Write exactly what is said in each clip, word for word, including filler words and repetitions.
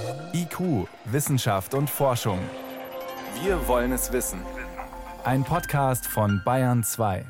I Q, Wissenschaft und Forschung. Wir wollen es wissen. Ein Podcast von Bayern zwei.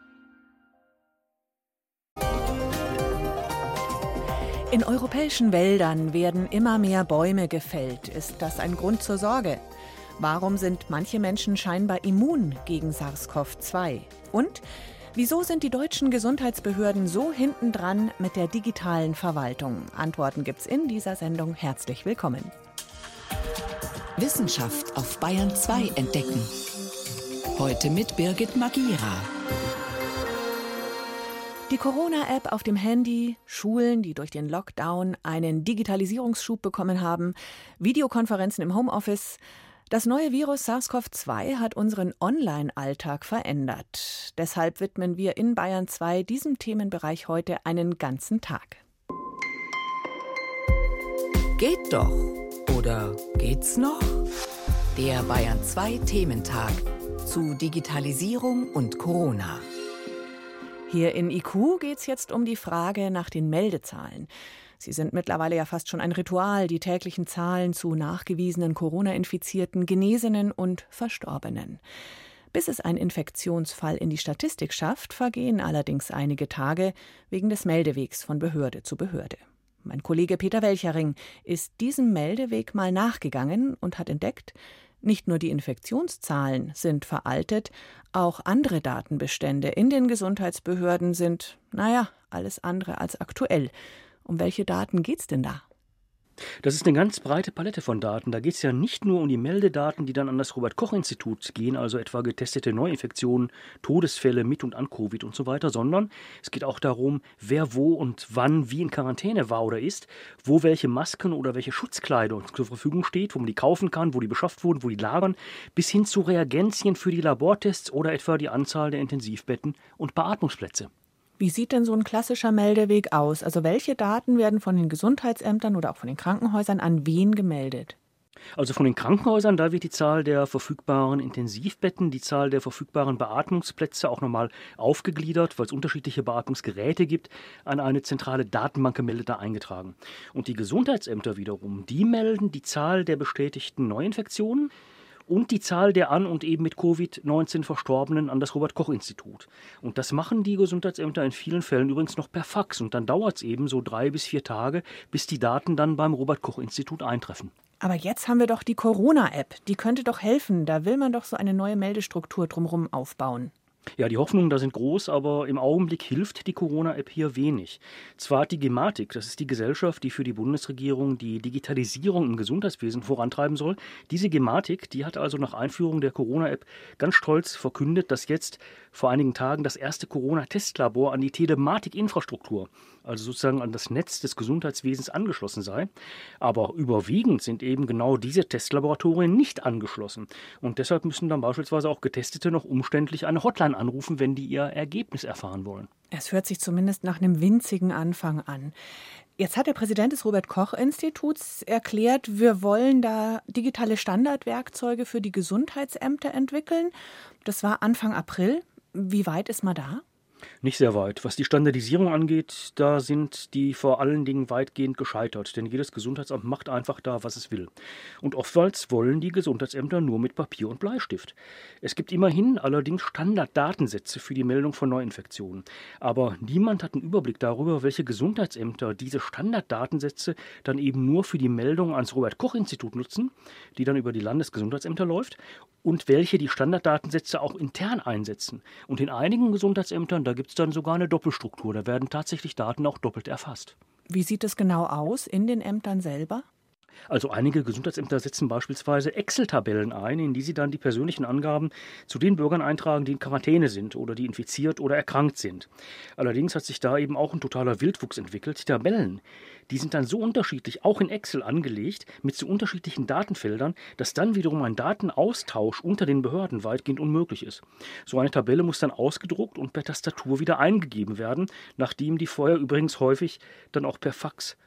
In europäischen Wäldern werden immer mehr Bäume gefällt. Ist das ein Grund zur Sorge? Warum sind manche Menschen scheinbar immun gegen SARS-C o V zwei? Und wieso sind die deutschen Gesundheitsbehörden so hintendran mit der digitalen Verwaltung? Antworten gibt's in dieser Sendung. Herzlich willkommen. Wissenschaft auf Bayern zwei entdecken. Heute mit Birgit Magira. Die Corona-App auf dem Handy, Schulen, die durch den Lockdown einen Digitalisierungsschub bekommen haben, Videokonferenzen im Homeoffice. Das neue Virus SARS-C o V zwei hat unseren Online-Alltag verändert. Deshalb widmen wir in Bayern zwei diesem Themenbereich heute einen ganzen Tag. Geht doch. Oder geht's noch? Der Bayern zwei Thementag zu Digitalisierung und Corona. Hier in I Q geht es jetzt um die Frage nach den Meldezahlen. Sie sind mittlerweile ja fast schon ein Ritual, die täglichen Zahlen zu nachgewiesenen Corona-Infizierten, Genesenen und Verstorbenen. Bis es ein Infektionsfall in die Statistik schafft, vergehen allerdings einige Tage wegen des Meldewegs von Behörde zu Behörde. Mein Kollege Peter Welchering ist diesem Meldeweg mal nachgegangen und hat entdeckt, nicht nur die Infektionszahlen sind veraltet, auch andere Datenbestände in den Gesundheitsbehörden sind, naja, alles andere als aktuell. Um welche Daten geht's denn da? Das ist eine ganz breite Palette von Daten. Da geht es ja nicht nur um die Meldedaten, die dann an das Robert-Koch-Institut gehen, also etwa getestete Neuinfektionen, Todesfälle mit und an Covid und so weiter, sondern es geht auch darum, wer wo und wann wie in Quarantäne war oder ist, wo welche Masken oder welche Schutzkleidung zur Verfügung steht, wo man die kaufen kann, wo die beschafft wurden, wo die lagern, bis hin zu Reagenzien für die Labortests oder etwa die Anzahl der Intensivbetten und Beatmungsplätze. Wie sieht denn so ein klassischer Meldeweg aus? Also welche Daten werden von den Gesundheitsämtern oder auch von den Krankenhäusern an wen gemeldet? Also von den Krankenhäusern, da wird die Zahl der verfügbaren Intensivbetten, die Zahl der verfügbaren Beatmungsplätze auch nochmal aufgegliedert, weil es unterschiedliche Beatmungsgeräte gibt, an eine zentrale Datenbank gemeldet da eingetragen. Und die Gesundheitsämter wiederum, die melden die Zahl der bestätigten Neuinfektionen und die Zahl der an und eben mit Covid neunzehn Verstorbenen an das Robert-Koch-Institut. Und das machen die Gesundheitsämter in vielen Fällen übrigens noch per Fax. Und dann dauert es eben so drei bis vier Tage, bis die Daten dann beim Robert-Koch-Institut eintreffen. Aber jetzt haben wir doch die Corona-App. Die könnte doch helfen. Da will man doch so eine neue Meldestruktur drumherum aufbauen. Ja, die Hoffnungen da sind groß, aber im Augenblick hilft die Corona-App hier wenig. Zwar hat die Gematik, das ist die Gesellschaft, die für die Bundesregierung die Digitalisierung im Gesundheitswesen vorantreiben soll, diese Gematik, die hat also nach Einführung der Corona-App ganz stolz verkündet, dass jetzt vor einigen Tagen das erste Corona-Testlabor an die Telematik-Infrastruktur, also sozusagen an das Netz des Gesundheitswesens angeschlossen sei. Aber überwiegend sind eben genau diese Testlaboratorien nicht angeschlossen. Und deshalb müssen dann beispielsweise auch Getestete noch umständlich eine Hotline anrufen, wenn die ihr Ergebnis erfahren wollen. Es hört sich zumindest nach einem winzigen Anfang an. Jetzt hat der Präsident des Robert-Koch-Instituts erklärt, wir wollen da digitale Standardwerkzeuge für die Gesundheitsämter entwickeln. Das war Anfang April. Wie weit ist man da? Nicht sehr weit. Was die Standardisierung angeht, da sind die vor allen Dingen weitgehend gescheitert. Denn jedes Gesundheitsamt macht einfach da, was es will. Und oftmals wollen die Gesundheitsämter nur mit Papier und Bleistift. Es gibt immerhin allerdings Standarddatensätze für die Meldung von Neuinfektionen. Aber niemand hat einen Überblick darüber, welche Gesundheitsämter diese Standarddatensätze dann eben nur für die Meldung ans Robert-Koch-Institut nutzen, die dann über die Landesgesundheitsämter läuft, und welche die Standarddatensätze auch intern einsetzen. Und in einigen Gesundheitsämtern, da gibt es dann sogar eine Doppelstruktur. Da werden tatsächlich Daten auch doppelt erfasst. Wie sieht es genau aus in den Ämtern selber? Also einige Gesundheitsämter setzen beispielsweise Excel-Tabellen ein, in die sie dann die persönlichen Angaben zu den Bürgern eintragen, die in Quarantäne sind oder die infiziert oder erkrankt sind. Allerdings hat sich da eben auch ein totaler Wildwuchs entwickelt. Die Tabellen, die sind dann so unterschiedlich, auch in Excel angelegt, mit so unterschiedlichen Datenfeldern, dass dann wiederum ein Datenaustausch unter den Behörden weitgehend unmöglich ist. So eine Tabelle muss dann ausgedruckt und per Tastatur wieder eingegeben werden, nachdem die vorher übrigens häufig dann auch per Fax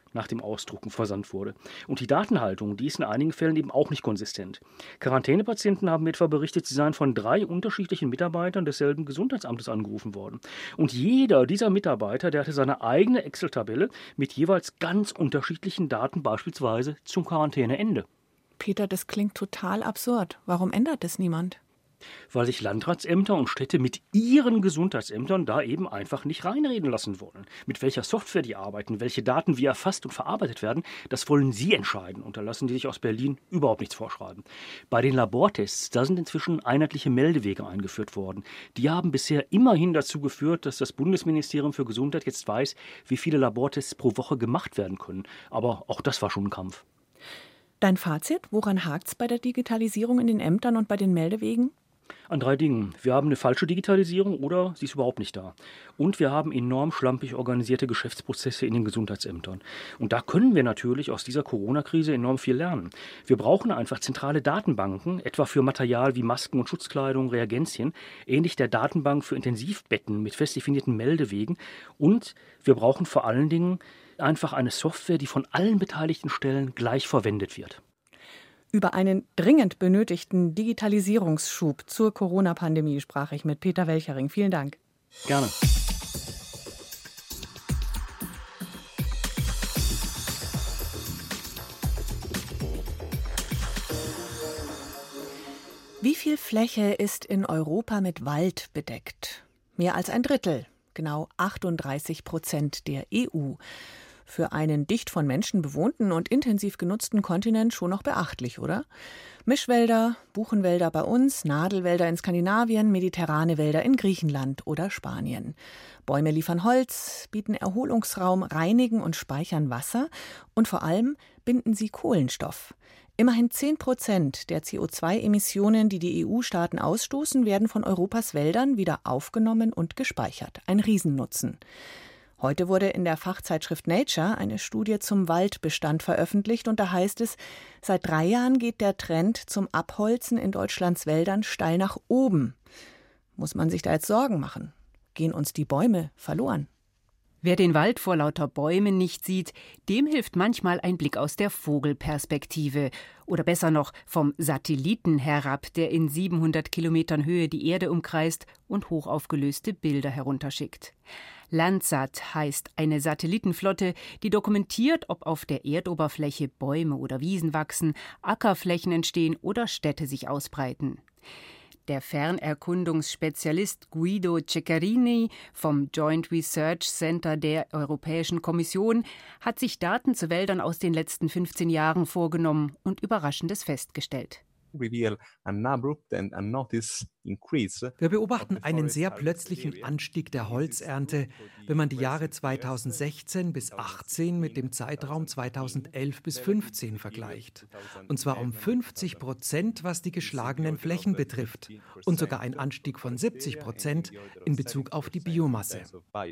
nach dem Ausdrucken versandt wurde. Und die Datenhaltung, die ist in einigen Fällen eben auch nicht konsistent. Quarantänepatienten haben etwa berichtet, sie seien von drei unterschiedlichen Mitarbeitern desselben Gesundheitsamtes angerufen worden. Und jeder dieser Mitarbeiter, der hatte seine eigene Excel-Tabelle mit jeweils ganz unterschiedlichen Daten, beispielsweise zum Quarantäneende. Peter, das klingt total absurd. Warum ändert es niemand? Weil sich Landratsämter und Städte mit ihren Gesundheitsämtern da eben einfach nicht reinreden lassen wollen. Mit welcher Software die arbeiten, welche Daten wie erfasst und verarbeitet werden, das wollen sie entscheiden. Und da lassen die sich aus Berlin überhaupt nichts vorschreiben. Bei den Labortests, da sind inzwischen einheitliche Meldewege eingeführt worden. Die haben bisher immerhin dazu geführt, dass das Bundesministerium für Gesundheit jetzt weiß, wie viele Labortests pro Woche gemacht werden können. Aber auch das war schon ein Kampf. Dein Fazit? Woran hakt's bei der Digitalisierung in den Ämtern und bei den Meldewegen? An drei Dingen. Wir haben eine falsche Digitalisierung oder sie ist überhaupt nicht da. Und wir haben enorm schlampig organisierte Geschäftsprozesse in den Gesundheitsämtern. Und da können wir natürlich aus dieser Corona-Krise enorm viel lernen. Wir brauchen einfach zentrale Datenbanken, etwa für Material wie Masken und Schutzkleidung, Reagenzien, ähnlich der Datenbank für Intensivbetten mit fest definierten Meldewegen. Und wir brauchen vor allen Dingen einfach eine Software, die von allen beteiligten Stellen gleich verwendet wird. Über einen dringend benötigten Digitalisierungsschub zur Corona-Pandemie sprach ich mit Peter Welchering. Vielen Dank. Gerne. Wie viel Fläche ist in Europa mit Wald bedeckt? Mehr als ein Drittel, genau achtunddreißig Prozent der E U. Für einen dicht von Menschen bewohnten und intensiv genutzten Kontinent schon noch beachtlich, oder? Mischwälder, Buchenwälder bei uns, Nadelwälder in Skandinavien, mediterrane Wälder in Griechenland oder Spanien. Bäume liefern Holz, bieten Erholungsraum, reinigen und speichern Wasser und vor allem binden sie Kohlenstoff. Immerhin zehn Prozent der C O zwei Emissionen, die die E U-Staaten ausstoßen, werden von Europas Wäldern wieder aufgenommen und gespeichert. Ein Riesennutzen. Heute wurde in der Fachzeitschrift Nature eine Studie zum Waldbestand veröffentlicht und da heißt es, seit drei Jahren geht der Trend zum Abholzen in Deutschlands Wäldern steil nach oben. Muss man sich da jetzt Sorgen machen? Gehen uns die Bäume verloren? Wer den Wald vor lauter Bäumen nicht sieht, dem hilft manchmal ein Blick aus der Vogelperspektive. Oder besser noch vom Satelliten herab, der in siebenhundert Kilometern Höhe die Erde umkreist und hochaufgelöste Bilder herunterschickt. Landsat heißt eine Satellitenflotte, die dokumentiert, ob auf der Erdoberfläche Bäume oder Wiesen wachsen, Ackerflächen entstehen oder Städte sich ausbreiten. Der Fernerkundungsspezialist Guido Ceccarini vom Joint Research Center der Europäischen Kommission hat sich Daten zu Wäldern aus den letzten fünfzehn Jahren vorgenommen und Überraschendes festgestellt. Wir beobachten einen sehr plötzlichen Anstieg der Holzernte, wenn man die Jahre zweitausendsechzehn bis achtzehn mit dem Zeitraum zweitausendelf bis fünfzehn vergleicht. Und zwar um fünfzig Prozent, was die geschlagenen Flächen betrifft. Und sogar ein Anstieg von siebzig Prozent in Bezug auf die Biomasse.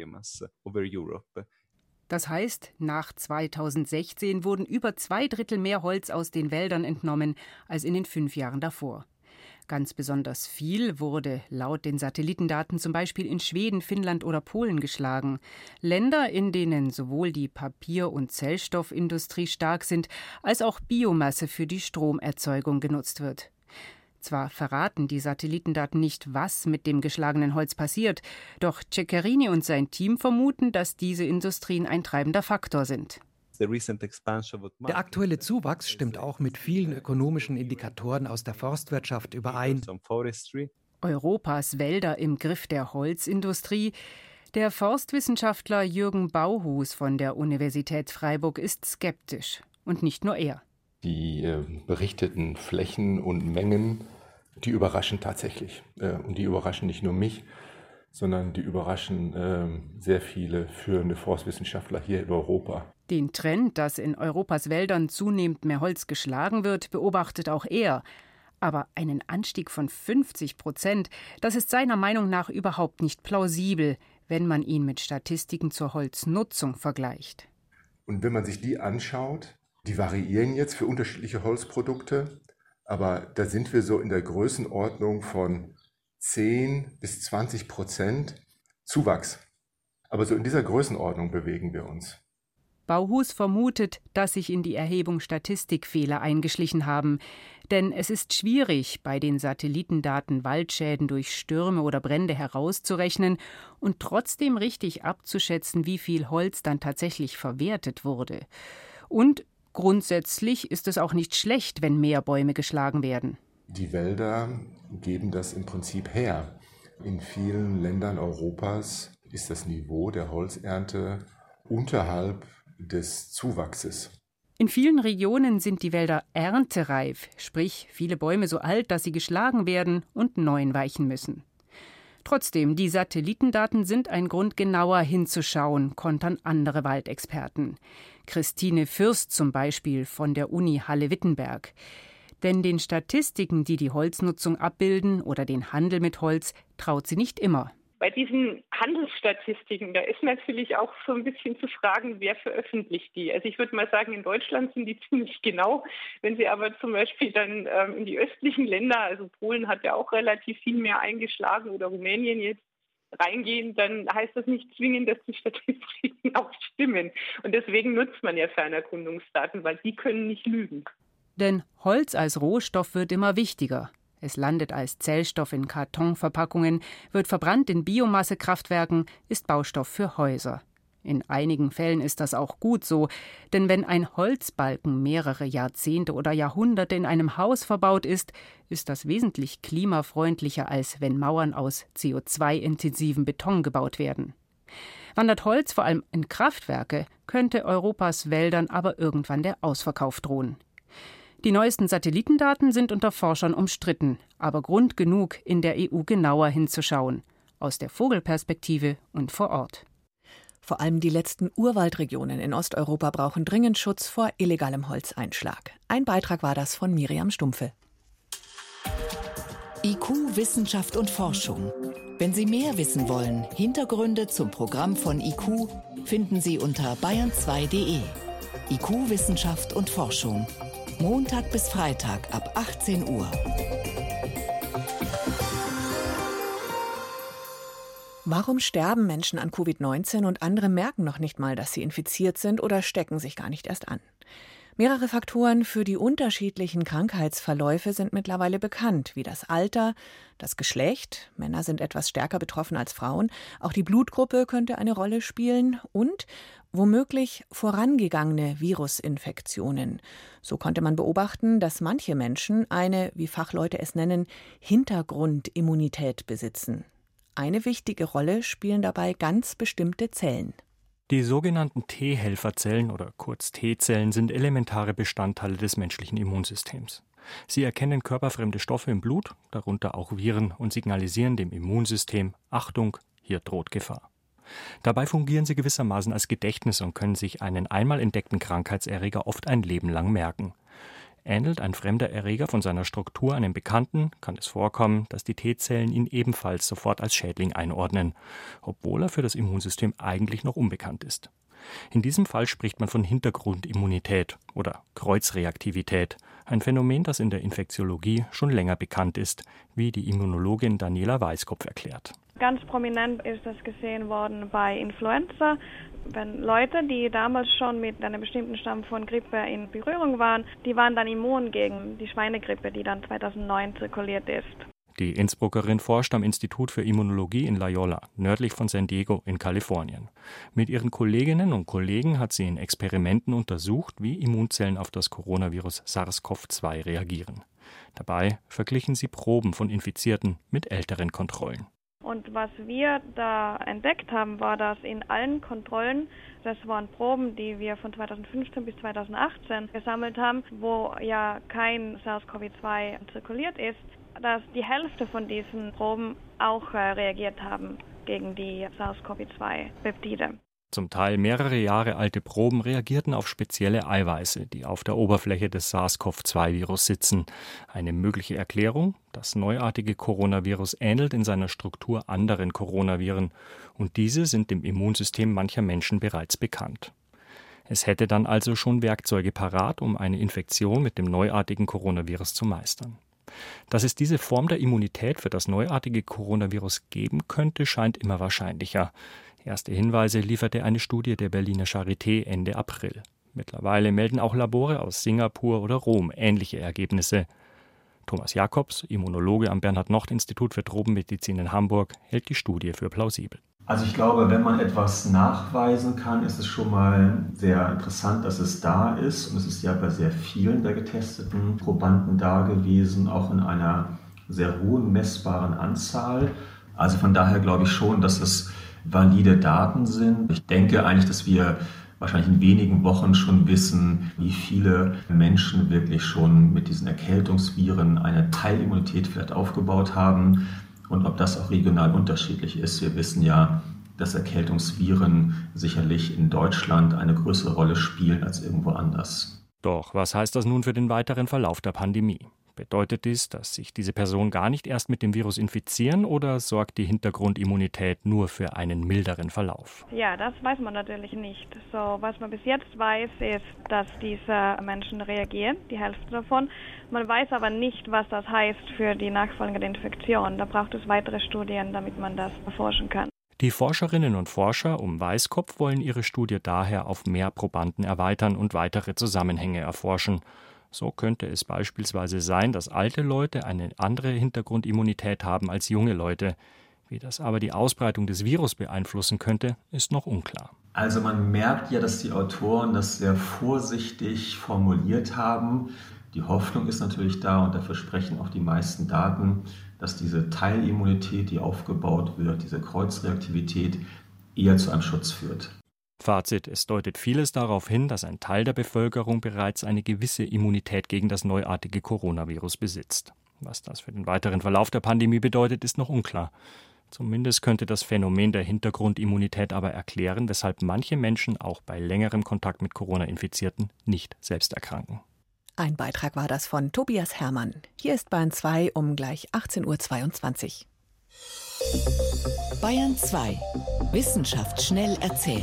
Das heißt, nach zweitausendsechzehn wurden über zwei Drittel mehr Holz aus den Wäldern entnommen als in den fünf Jahren davor. Ganz besonders viel wurde laut den Satellitendaten zum Beispiel in Schweden, Finnland oder Polen geschlagen. Länder, in denen sowohl die Papier- und Zellstoffindustrie stark sind, als auch Biomasse für die Stromerzeugung genutzt wird. Zwar verraten die Satellitendaten nicht, was mit dem geschlagenen Holz passiert, doch Ceccarini und sein Team vermuten, dass diese Industrien ein treibender Faktor sind. Der aktuelle Zuwachs stimmt auch mit vielen ökonomischen Indikatoren aus der Forstwirtschaft überein. Europas Wälder im Griff der Holzindustrie. Der Forstwissenschaftler Jürgen Bauhus von der Universität Freiburg ist skeptisch. Und nicht nur er. Die äh, berichteten Flächen und Mengen, die überraschen tatsächlich. Äh, und die überraschen nicht nur mich, sondern die überraschen äh, sehr viele führende Forstwissenschaftler hier in Europa. Den Trend, dass in Europas Wäldern zunehmend mehr Holz geschlagen wird, beobachtet auch er. Aber einen Anstieg von fünfzig Prozent, das ist seiner Meinung nach überhaupt nicht plausibel, wenn man ihn mit Statistiken zur Holznutzung vergleicht. Und wenn man sich die anschaut, die variieren jetzt für unterschiedliche Holzprodukte, aber da sind wir so in der Größenordnung von zehn bis zwanzig Prozent Zuwachs. Aber so in dieser Größenordnung bewegen wir uns. Bauhus vermutet, dass sich in die Erhebung Statistikfehler eingeschlichen haben. Denn es ist schwierig, bei den Satellitendaten Waldschäden durch Stürme oder Brände herauszurechnen und trotzdem richtig abzuschätzen, wie viel Holz dann tatsächlich verwertet wurde. Und grundsätzlich ist es auch nicht schlecht, wenn mehr Bäume geschlagen werden. Die Wälder geben das im Prinzip her. In vielen Ländern Europas ist das Niveau der Holzernte unterhalb des Zuwachses. In vielen Regionen sind die Wälder erntereif, sprich viele Bäume so alt, dass sie geschlagen werden und neuen weichen müssen. Trotzdem, die Satellitendaten sind ein Grund, genauer hinzuschauen, kontern andere Waldexperten. Christine Fürst zum Beispiel von der Uni Halle-Wittenberg. Denn den Statistiken, die die Holznutzung abbilden oder den Handel mit Holz, traut sie nicht immer. Bei diesen Handelsstatistiken, da ist natürlich auch so ein bisschen zu fragen, wer veröffentlicht die. Also ich würde mal sagen, in Deutschland sind die ziemlich genau. Wenn Sie aber zum Beispiel dann ähm, in die östlichen Länder, also Polen hat ja auch relativ viel mehr eingeschlagen oder Rumänien jetzt reingehen, dann heißt das nicht zwingend, dass die Statistiken auch stimmen. Und deswegen nutzt man ja Fernerkundungsdaten, weil die können nicht lügen. Denn Holz als Rohstoff wird immer wichtiger. Es landet als Zellstoff in Kartonverpackungen, wird verbrannt in Biomassekraftwerken, ist Baustoff für Häuser. In einigen Fällen ist das auch gut so, denn wenn ein Holzbalken mehrere Jahrzehnte oder Jahrhunderte in einem Haus verbaut ist, ist das wesentlich klimafreundlicher, als wenn Mauern aus C O zwei intensiven Beton gebaut werden. Wandert Holz vor allem in Kraftwerke, könnte Europas Wäldern aber irgendwann der Ausverkauf drohen. Die neuesten Satellitendaten sind unter Forschern umstritten, aber Grund genug, in der E U genauer hinzuschauen. Aus der Vogelperspektive und vor Ort. Vor allem die letzten Urwaldregionen in Osteuropa brauchen dringend Schutz vor illegalem Holzeinschlag. Ein Beitrag war das von Miriam Stumpfe. I Q, Wissenschaft und Forschung. Wenn Sie mehr wissen wollen, Hintergründe zum Programm von I Q finden Sie unter bayern zwei punkt de. I Q, Wissenschaft und Forschung. Montag bis Freitag ab achtzehn Uhr. Warum sterben Menschen an Covid neunzehn und andere merken noch nicht mal, dass sie infiziert sind oder stecken sich gar nicht erst an? Mehrere Faktoren für die unterschiedlichen Krankheitsverläufe sind mittlerweile bekannt, wie das Alter, das Geschlecht, Männer sind etwas stärker betroffen als Frauen, auch die Blutgruppe könnte eine Rolle spielen und womöglich vorangegangene Virusinfektionen. So konnte man beobachten, dass manche Menschen eine, wie Fachleute es nennen, Hintergrundimmunität besitzen. Eine wichtige Rolle spielen dabei ganz bestimmte Zellen. Die sogenannten T-Helferzellen oder kurz T-Zellen sind elementare Bestandteile des menschlichen Immunsystems. Sie erkennen körperfremde Stoffe im Blut, darunter auch Viren, und signalisieren dem Immunsystem: Achtung, hier droht Gefahr. Dabei fungieren sie gewissermaßen als Gedächtnis und können sich einen einmal entdeckten Krankheitserreger oft ein Leben lang merken. Ähnelt ein fremder Erreger von seiner Struktur einem Bekannten, kann es vorkommen, dass die T-Zellen ihn ebenfalls sofort als Schädling einordnen, obwohl er für das Immunsystem eigentlich noch unbekannt ist. In diesem Fall spricht man von Hintergrundimmunität oder Kreuzreaktivität, ein Phänomen, das in der Infektiologie schon länger bekannt ist, wie die Immunologin Daniela Weiskopf erklärt. Ganz prominent ist das gesehen worden bei Influenza. Wenn Leute, die damals schon mit einem bestimmten Stamm von Grippe in Berührung waren, die waren dann immun gegen die Schweinegrippe, die dann zweitausendneun zirkuliert ist. Die Innsbruckerin forscht am Institut für Immunologie in Loyola, nördlich von San Diego in Kalifornien. Mit ihren Kolleginnen und Kollegen hat sie in Experimenten untersucht, wie Immunzellen auf das Coronavirus SARS-C o V zwei reagieren. Dabei verglichen sie Proben von Infizierten mit älteren Kontrollen. Und was wir da entdeckt haben, war, dass in allen Kontrollen, das waren Proben, die wir von zweitausendfünfzehn bis zweitausendachtzehn gesammelt haben, wo ja kein SARS-C o V zwei zirkuliert ist, dass die Hälfte von diesen Proben auch äh, reagiert haben gegen die SARS-C o V zwei Peptide. Zum Teil mehrere Jahre alte Proben reagierten auf spezielle Eiweiße, die auf der Oberfläche des SARS-C o V zwei Virus sitzen. Eine mögliche Erklärung: Das neuartige Coronavirus ähnelt in seiner Struktur anderen Coronaviren und diese sind dem Immunsystem mancher Menschen bereits bekannt. Es hätte dann also schon Werkzeuge parat, um eine Infektion mit dem neuartigen Coronavirus zu meistern. Dass es diese Form der Immunität für das neuartige Coronavirus geben könnte, scheint immer wahrscheinlicher. Erste Hinweise lieferte eine Studie der Berliner Charité Ende April. Mittlerweile melden auch Labore aus Singapur oder Rom ähnliche Ergebnisse. Thomas Jakobs, Immunologe am Bernhard-Nocht-Institut für Tropenmedizin in Hamburg, hält die Studie für plausibel. Also ich glaube, wenn man etwas nachweisen kann, ist es schon mal sehr interessant, dass es da ist. Und es ist ja bei sehr vielen der getesteten Probanden da gewesen, auch in einer sehr hohen messbaren Anzahl. Also von daher glaube ich schon, dass es valide Daten sind. Ich denke eigentlich, dass wir wahrscheinlich in wenigen Wochen schon wissen, wie viele Menschen wirklich schon mit diesen Erkältungsviren eine Teilimmunität vielleicht aufgebaut haben und ob das auch regional unterschiedlich ist. Wir wissen ja, dass Erkältungsviren sicherlich in Deutschland eine größere Rolle spielen als irgendwo anders. Doch was heißt das nun für den weiteren Verlauf der Pandemie? Bedeutet dies, dass sich diese Personen gar nicht erst mit dem Virus infizieren oder sorgt die Hintergrundimmunität nur für einen milderen Verlauf? Ja, das weiß man natürlich nicht. So, was man bis jetzt weiß, ist, dass diese Menschen reagieren, die Hälfte davon. Man weiß aber nicht, was das heißt für die nachfolgende Infektion. Da braucht es weitere Studien, damit man das erforschen kann. Die Forscherinnen und Forscher um Weißkopf wollen ihre Studie daher auf mehr Probanden erweitern und weitere Zusammenhänge erforschen. So könnte es beispielsweise sein, dass alte Leute eine andere Hintergrundimmunität haben als junge Leute. Wie das aber die Ausbreitung des Virus beeinflussen könnte, ist noch unklar. Also man merkt ja, dass die Autoren das sehr vorsichtig formuliert haben. Die Hoffnung ist natürlich da und dafür sprechen auch die meisten Daten, dass diese Teilimmunität, die aufgebaut wird, diese Kreuzreaktivität, eher zu einem Schutz führt. Fazit: Es deutet vieles darauf hin, dass ein Teil der Bevölkerung bereits eine gewisse Immunität gegen das neuartige Coronavirus besitzt. Was das für den weiteren Verlauf der Pandemie bedeutet, ist noch unklar. Zumindest könnte das Phänomen der Hintergrundimmunität aber erklären, weshalb manche Menschen auch bei längerem Kontakt mit Corona-Infizierten nicht selbst erkranken. Ein Beitrag war das von Tobias Herrmann. Hier ist Bayern zwei um gleich achtzehn Uhr zweiundzwanzig. Bayern zwei. Wissenschaft schnell erzählt.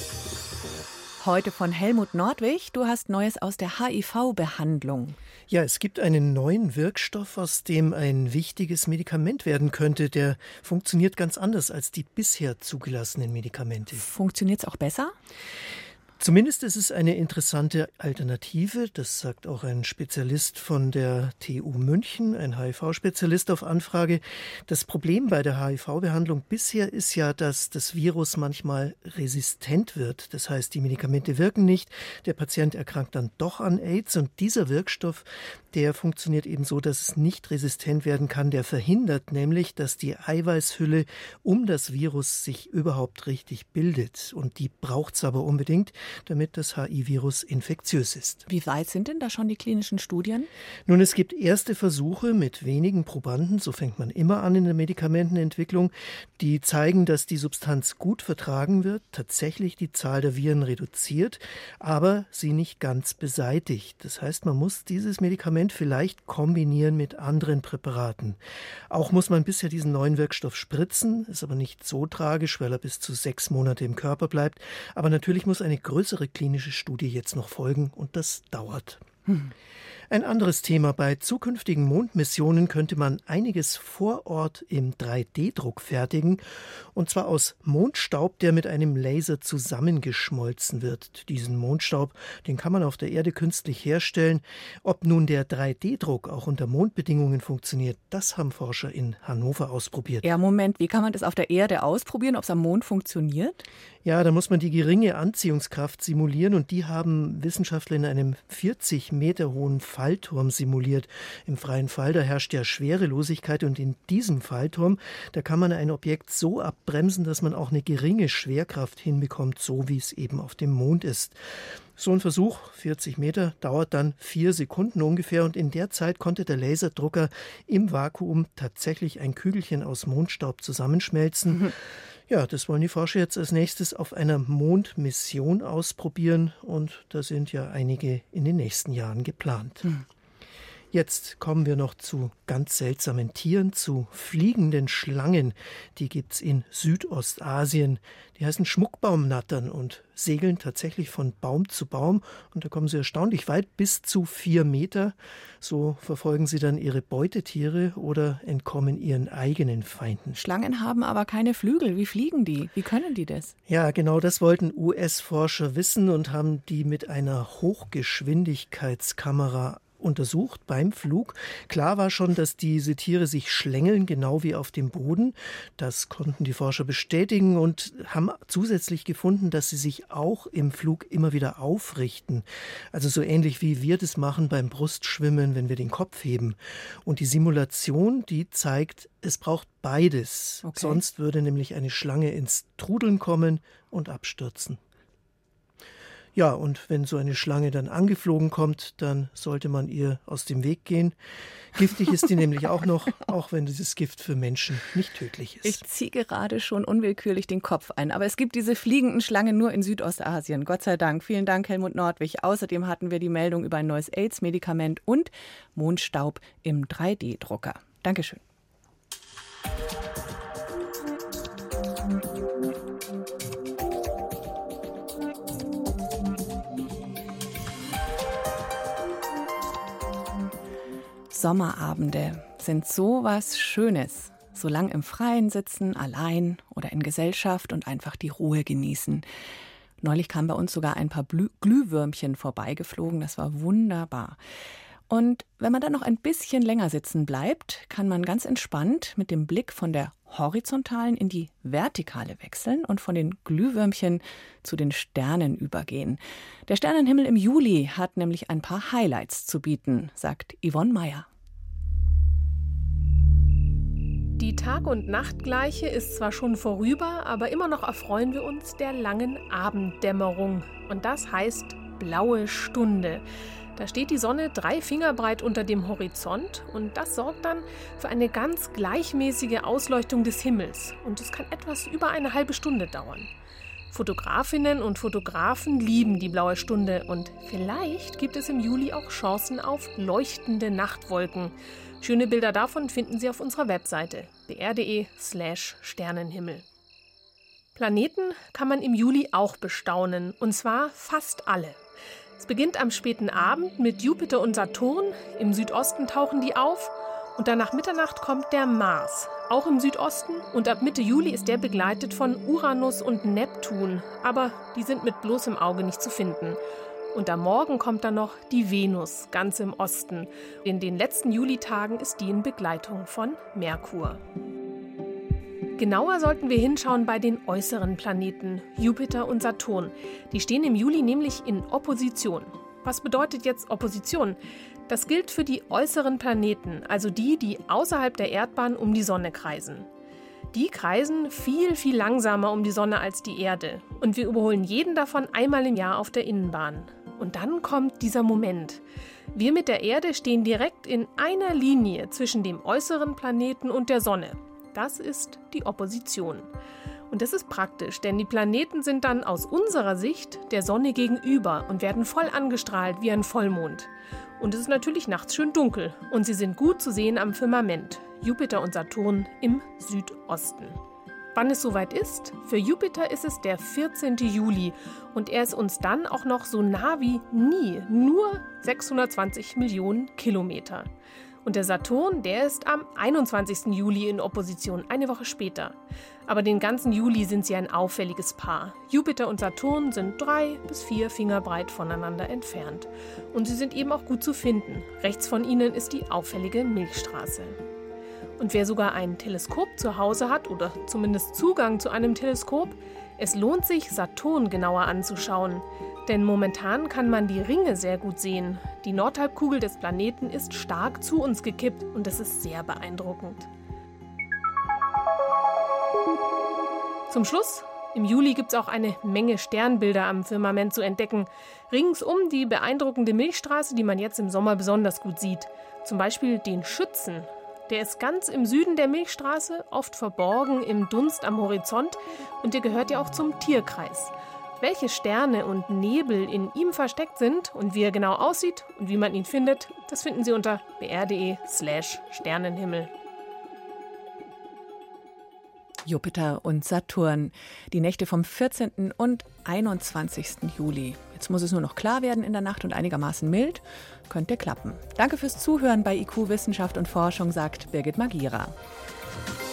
Heute von Helmut Nordwig. Du hast Neues aus der H I V-Behandlung. Ja, es gibt einen neuen Wirkstoff, aus dem ein wichtiges Medikament werden könnte. Der funktioniert ganz anders als die bisher zugelassenen Medikamente. Funktioniert es auch besser? Zumindest ist es eine interessante Alternative, das sagt auch ein Spezialist von der T U München, ein H I V-Spezialist auf Anfrage. Das Problem bei der H I V-Behandlung bisher ist ja, dass das Virus manchmal resistent wird. Das heißt, die Medikamente wirken nicht, der Patient erkrankt dann doch an AIDS und dieser Wirkstoff, der funktioniert eben so, dass es nicht resistent werden kann. Der verhindert nämlich, dass die Eiweißhülle um das Virus sich überhaupt richtig bildet. Und die braucht es aber unbedingt, damit das H I V-Virus infektiös ist. Wie weit sind denn da schon die klinischen Studien? Nun, es gibt erste Versuche mit wenigen Probanden, so fängt man immer an in der Medikamentenentwicklung, die zeigen, dass die Substanz gut vertragen wird, tatsächlich die Zahl der Viren reduziert, aber sie nicht ganz beseitigt. Das heißt, man muss dieses Medikament vielleicht kombinieren mit anderen Präparaten. Auch muss man bisher diesen neuen Wirkstoff spritzen, ist aber nicht so tragisch, weil er bis zu sechs Monate im Körper bleibt. Aber natürlich muss eine größere klinische Studie jetzt noch folgen und das dauert. Hm. Ein anderes Thema: Bei zukünftigen Mondmissionen könnte man einiges vor Ort im drei D Druck fertigen, und zwar aus Mondstaub, der mit einem Laser zusammengeschmolzen wird. Diesen Mondstaub, den kann man auf der Erde künstlich herstellen. Ob nun der drei D Druck auch unter Mondbedingungen funktioniert, das haben Forscher in Hannover ausprobiert. Ja, Moment, wie kann man das auf der Erde ausprobieren, ob es am Mond funktioniert? Ja, da muss man die geringe Anziehungskraft simulieren und die haben Wissenschaftler in einem vierzig Meter hohen Fallturm simuliert. Im freien Fall, da herrscht ja Schwerelosigkeit und in diesem Fallturm, da kann man ein Objekt so abbremsen, dass man auch eine geringe Schwerkraft hinbekommt, so wie es eben auf dem Mond ist. So ein Versuch, vierzig Meter, dauert dann vier Sekunden ungefähr und in der Zeit konnte der Laserdrucker im Vakuum tatsächlich ein Kügelchen aus Mondstaub zusammenschmelzen. Mhm. Ja, das wollen die Forscher jetzt als nächstes auf einer Mondmission ausprobieren und da sind ja einige in den nächsten Jahren geplant. Mhm. Jetzt kommen wir noch zu ganz seltsamen Tieren, zu fliegenden Schlangen. Die gibt's in Südostasien. Die heißen Schmuckbaumnattern und segeln tatsächlich von Baum zu Baum. Und da kommen sie erstaunlich weit, bis zu vier Meter. So verfolgen sie dann ihre Beutetiere oder entkommen ihren eigenen Feinden. Schlangen haben aber keine Flügel. Wie fliegen die? Wie können die das? Ja, genau das wollten U S-Forscher wissen und haben die mit einer Hochgeschwindigkeitskamera untersucht beim Flug. Klar war schon, dass diese Tiere sich schlängeln, genau wie auf dem Boden. Das konnten die Forscher bestätigen und haben zusätzlich gefunden, dass sie sich auch im Flug immer wieder aufrichten. Also so ähnlich wie wir das machen beim Brustschwimmen, wenn wir den Kopf heben. Und die Simulation, die zeigt, es braucht beides. Okay. Sonst würde nämlich eine Schlange ins Trudeln kommen und abstürzen. Ja, und wenn so eine Schlange dann angeflogen kommt, dann sollte man ihr aus dem Weg gehen. Giftig ist die nämlich auch noch, auch wenn dieses Gift für Menschen nicht tödlich ist. Ich ziehe gerade schon unwillkürlich den Kopf ein. Aber es gibt diese fliegenden Schlangen nur in Südostasien. Gott sei Dank. Vielen Dank, Helmut Nordwig. Außerdem hatten wir die Meldung über ein neues AIDS-Medikament und Mondstaub im drei D Drucker. Dankeschön. Sommerabende sind so was Schönes. So lang im Freien sitzen, allein oder in Gesellschaft und einfach die Ruhe genießen. Neulich kamen bei uns sogar ein paar Blü- Glühwürmchen vorbeigeflogen. Das war wunderbar. Und wenn man dann noch ein bisschen länger sitzen bleibt, kann man ganz entspannt mit dem Blick von der horizontalen in die vertikale wechseln und von den Glühwürmchen zu den Sternen übergehen. Der Sternenhimmel im Juli hat nämlich ein paar Highlights zu bieten, sagt Yvonne Meyer. Die Tag- und Nachtgleiche ist zwar schon vorüber, aber immer noch erfreuen wir uns der langen Abenddämmerung. Und das heißt blaue Stunde. Da steht die Sonne drei Finger breit unter dem Horizont und das sorgt dann für eine ganz gleichmäßige Ausleuchtung des Himmels. Und es kann etwas über eine halbe Stunde dauern. Fotografinnen und Fotografen lieben die blaue Stunde und vielleicht gibt es im Juli auch Chancen auf leuchtende Nachtwolken. Schöne Bilder davon finden Sie auf unserer Webseite b r punkt d e slash Sternenhimmel. Planeten kann man im Juli auch bestaunen, und zwar fast alle. Es beginnt am späten Abend mit Jupiter und Saturn, im Südosten tauchen die auf und dann nach Mitternacht kommt der Mars, auch im Südosten, und ab Mitte Juli ist der begleitet von Uranus und Neptun, aber die sind mit bloßem Auge nicht zu finden. Und am Morgen kommt dann noch die Venus, ganz im Osten. In den letzten Julitagen ist die in Begleitung von Merkur. Genauer sollten wir hinschauen bei den äußeren Planeten, Jupiter und Saturn. Die stehen im Juli nämlich in Opposition. Was bedeutet jetzt Opposition? Das gilt für die äußeren Planeten, also die, die außerhalb der Erdbahn um die Sonne kreisen. Die kreisen viel, viel langsamer um die Sonne als die Erde. Und wir überholen jeden davon einmal im Jahr auf der Innenbahn. Und dann kommt dieser Moment. Wir mit der Erde stehen direkt in einer Linie zwischen dem äußeren Planeten und der Sonne. Das ist die Opposition. Und das ist praktisch, denn die Planeten sind dann aus unserer Sicht der Sonne gegenüber und werden voll angestrahlt wie ein Vollmond. Und es ist natürlich nachts schön dunkel und sie sind gut zu sehen am Firmament. Jupiter und Saturn im Südosten. Wann es soweit ist? Für Jupiter ist es der vierzehnten Juli und er ist uns dann auch noch so nah wie nie, nur sechshundertzwanzig Millionen Kilometer. Und der Saturn, der ist am einundzwanzigsten Juli in Opposition, eine Woche später. Aber den ganzen Juli sind sie ein auffälliges Paar. Jupiter und Saturn sind drei bis vier Finger breit voneinander entfernt. Und sie sind eben auch gut zu finden. Rechts von ihnen ist die auffällige Milchstraße. Und wer sogar ein Teleskop zu Hause hat oder zumindest Zugang zu einem Teleskop, es lohnt sich, Saturn genauer anzuschauen. Denn momentan kann man die Ringe sehr gut sehen. Die Nordhalbkugel des Planeten ist stark zu uns gekippt und das ist sehr beeindruckend. Zum Schluss, im Juli gibt es auch eine Menge Sternbilder am Firmament zu entdecken. Ringsum die beeindruckende Milchstraße, die man jetzt im Sommer besonders gut sieht. Zum Beispiel den Schützen. Der ist ganz im Süden der Milchstraße, oft verborgen im Dunst am Horizont und der gehört ja auch zum Tierkreis. Welche Sterne und Nebel in ihm versteckt sind und wie er genau aussieht und wie man ihn findet, das finden Sie unter b r punkt d e slash Sternenhimmel. Jupiter und Saturn, die Nächte vom vierzehnten und einundzwanzigsten Juli. Jetzt muss es nur noch klar werden in der Nacht und einigermaßen mild. Könnte klappen. Danke fürs Zuhören bei I Q Wissenschaft und Forschung, sagt Birgit Magira.